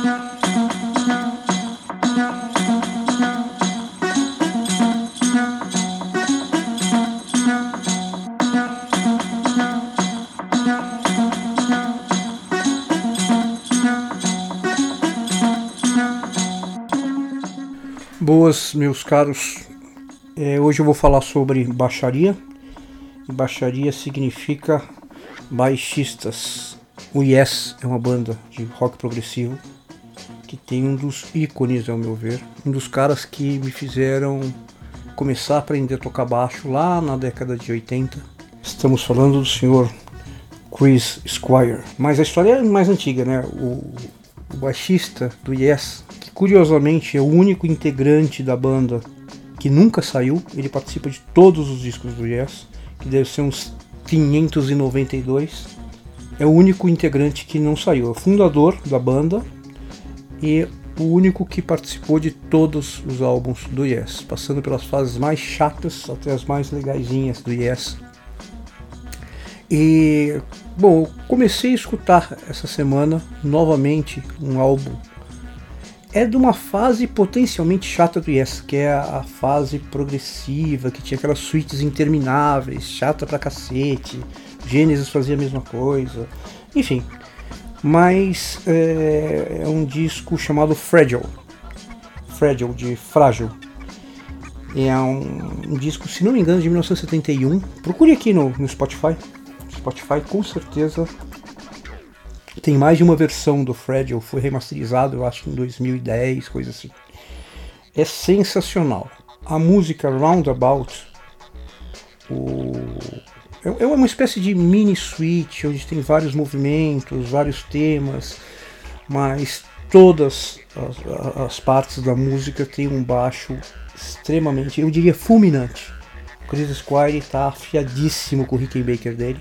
Boas, meus caros. Hoje eu vou falar sobre baixaria. Baixaria significa baixistas. O Yes é uma banda de rock progressivo que tem um dos ícones, ao meu ver, um dos caras que me fizeram começar a aprender a tocar baixo lá na década de 80. Estamos falando do senhor Chris Squire. Mas a história é mais antiga, né? O baixista do Yes, que curiosamente é o único integrante da banda que nunca saiu, ele participa de todos os discos do Yes, que deve ser uns 592, é o único integrante que não saiu, é o fundador da banda e o único que participou de todos os álbuns do Yes, passando pelas fases mais chatas até as mais legaisinhas do Yes. E, bom, eu comecei a escutar essa semana novamente um álbum. É de uma fase potencialmente chata do Yes, que é a fase progressiva, que tinha aquelas suítes intermináveis, chata pra cacete. Genesis fazia a mesma coisa, enfim. Mas é um disco chamado Fragile, de frágil. É um disco, se não me engano, de 1971. Procure aqui no Spotify. Spotify com certeza tem mais de uma versão do Fragile, foi remasterizado eu acho em 2010, coisa assim. É sensacional. A música Roundabout é uma espécie de mini suite onde tem vários movimentos, vários temas, mas todas as partes da música tem um baixo extremamente, eu diria, fulminante. O Chris Squire está afiadíssimo com o Rickenbacker dele.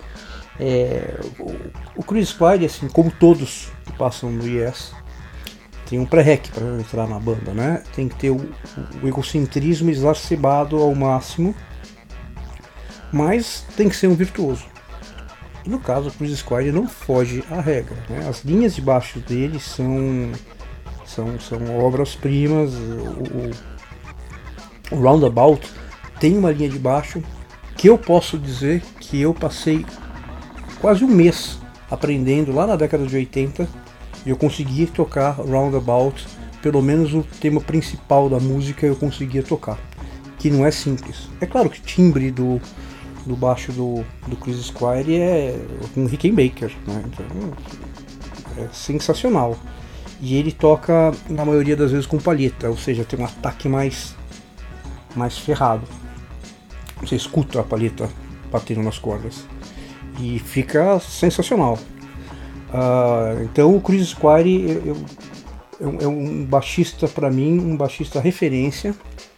O Chris Squire, assim como todos que passam no Yes, tem um pré-rec para entrar na banda, né? Tem que ter o egocentrismo exacerbado ao máximo, mas tem que ser um virtuoso. E no caso, o Chris Squire não foge à regra, né? As linhas de baixo dele são obras-primas. O Roundabout tem uma linha de baixo que eu posso dizer que eu passei quase um mês aprendendo lá na década de 80 e eu conseguia tocar Roundabout, pelo menos o tema principal da música eu conseguia tocar, que não é simples. É claro que o timbre do baixo do Chris Squire é um Rickenbacker, né? Então, é sensacional. E ele toca na maioria das vezes com palheta, ou seja, tem um ataque mais ferrado. Você escuta a palheta batendo nas cordas e fica sensacional. Então o Chris Squire é um baixista, para mim, um baixista referência.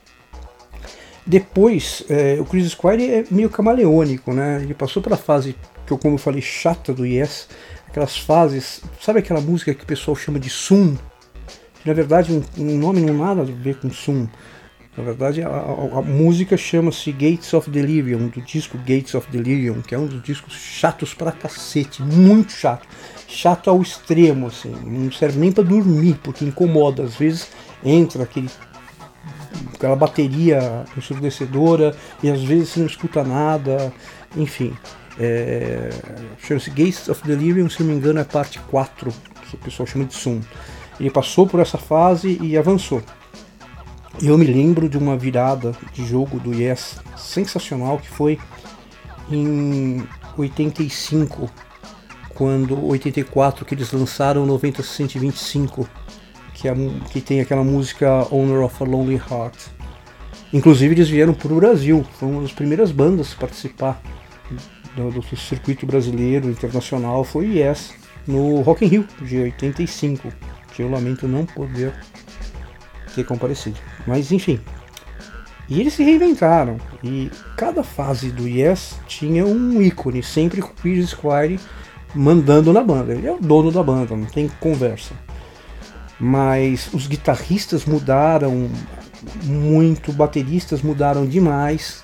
Depois, o Chris Squire é meio camaleônico, né? Ele passou pela fase que eu, como eu falei, chata do Yes, aquelas fases, sabe aquela música que o pessoal chama de Sum? Que, na verdade, um nome não nada a ver com Sum. Na verdade, a música chama-se Gates of Delirium, do disco Gates of Delirium, que é um dos discos chatos pra cacete, muito chato. Chato ao extremo, assim, não serve nem pra dormir, porque incomoda. Às vezes entra aquela bateria ensurdecedora e às vezes você não escuta nada, enfim. Chama-se Gates of Delirium, se não me engano é a parte 4, que o pessoal chama de Sum. Ele passou por essa fase e avançou. Eu me lembro de uma virada de jogo do Yes sensacional, que foi em 85, 84, que eles lançaram o 90-125, que tem aquela música Owner of a Lonely Heart. Inclusive eles vieram para o Brasil, foi uma das primeiras bandas a participar do circuito brasileiro, internacional, foi o Yes, no Rock in Rio de 85, que eu lamento não poder ter comparecido. Mas enfim, e eles se reinventaram, e cada fase do Yes tinha um ícone, sempre com o Chris Squire mandando na banda. Ele é o dono da banda, não tem conversa. Mas os guitarristas mudaram muito, bateristas mudaram demais.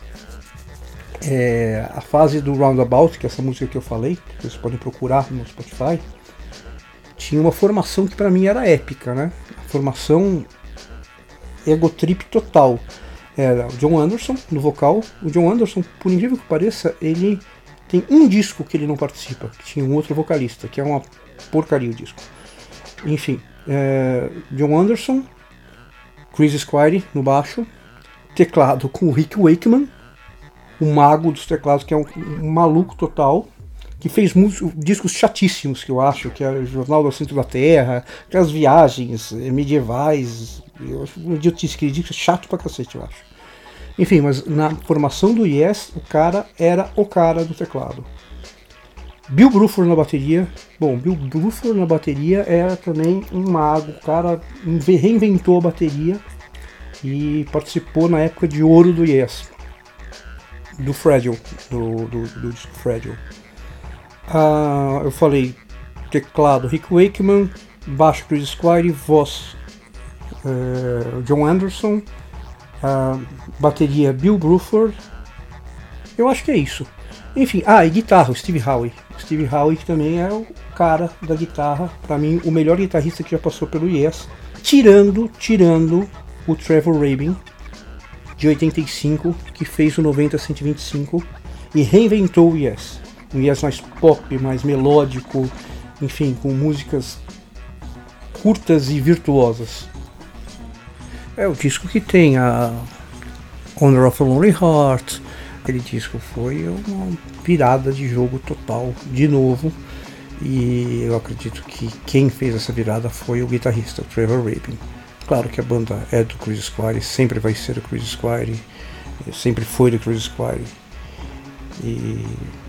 A fase do Roundabout, que é essa música que eu falei, que vocês podem procurar no Spotify, tinha uma formação que para mim era épica, né? A formação ego trip total. Era o Jon Anderson no vocal. O Jon Anderson, por incrível que pareça, ele tem um disco que ele não participa, que tinha um outro vocalista, que é uma porcaria o disco. Enfim, Jon Anderson, Chris Squire no baixo, teclado com o Rick Wakeman, o mago dos teclados, que é um maluco total, que fez discos chatíssimos, que eu acho, que é o Jornal do Centro da Terra, aquelas viagens medievais, um idiotice, aquele disco chato pra cacete, eu acho. Enfim, mas na formação do Yes, o cara era o cara do teclado. Bill Bruford na bateria. Bom, Bill Bruford na bateria era também um mago, o cara reinventou a bateria e participou na época de ouro do Yes, do Fragile, do disco Fragile. Eu falei teclado Rick Wakeman, baixo Chris Squire, voz Jon Anderson, bateria Bill Bruford. Eu acho que é isso. Enfim, e guitarra, o Steve Howe. Steve Howe, que também é o cara da guitarra, pra mim o melhor guitarrista que já passou pelo Yes, tirando o Trevor Rabin de 85, que fez o 90-125 e reinventou o Yes. Um Yes mais pop, mais melódico, enfim, com músicas curtas e virtuosas. É o disco que tem a Honor of a Lonely Heart. Aquele disco foi uma virada de jogo total, de novo, e eu acredito que quem fez essa virada foi o guitarrista, o Trevor Rabin. Claro que a banda é do Chris Squire, sempre vai ser do Chris Squire, sempre foi do Chris Squire. E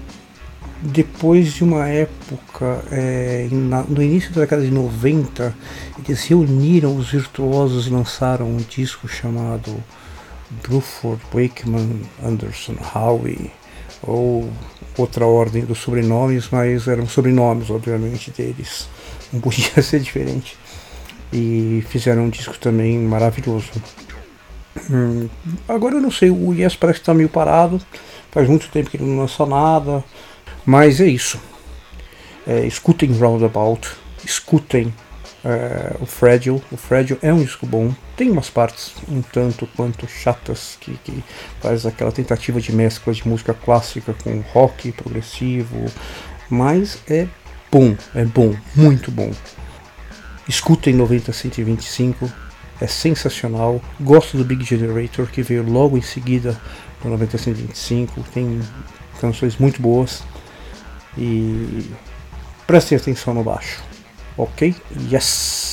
depois de uma época, no início da década de 90, eles reuniram os virtuosos e lançaram um disco chamado Bruford, Wakeman, Anderson, Howe, ou outra ordem dos sobrenomes, mas eram sobrenomes, obviamente, deles. Não podia ser diferente. E fizeram um disco também maravilhoso. Agora eu não sei, o Yes parece que está meio parado, faz muito tempo que ele não lança nada, mas é isso. Escutem Roundabout, escutem o Fragile. O Fragile é um disco bom, tem umas partes um tanto quanto chatas que faz aquela tentativa de mescla de música clássica com rock progressivo, mas é bom, muito bom. Escutem 90-125, é sensacional. Gosto do Big Generator, que veio logo em seguida do 90-125, tem canções muito boas. E prestem atenção no baixo, ok? Yes!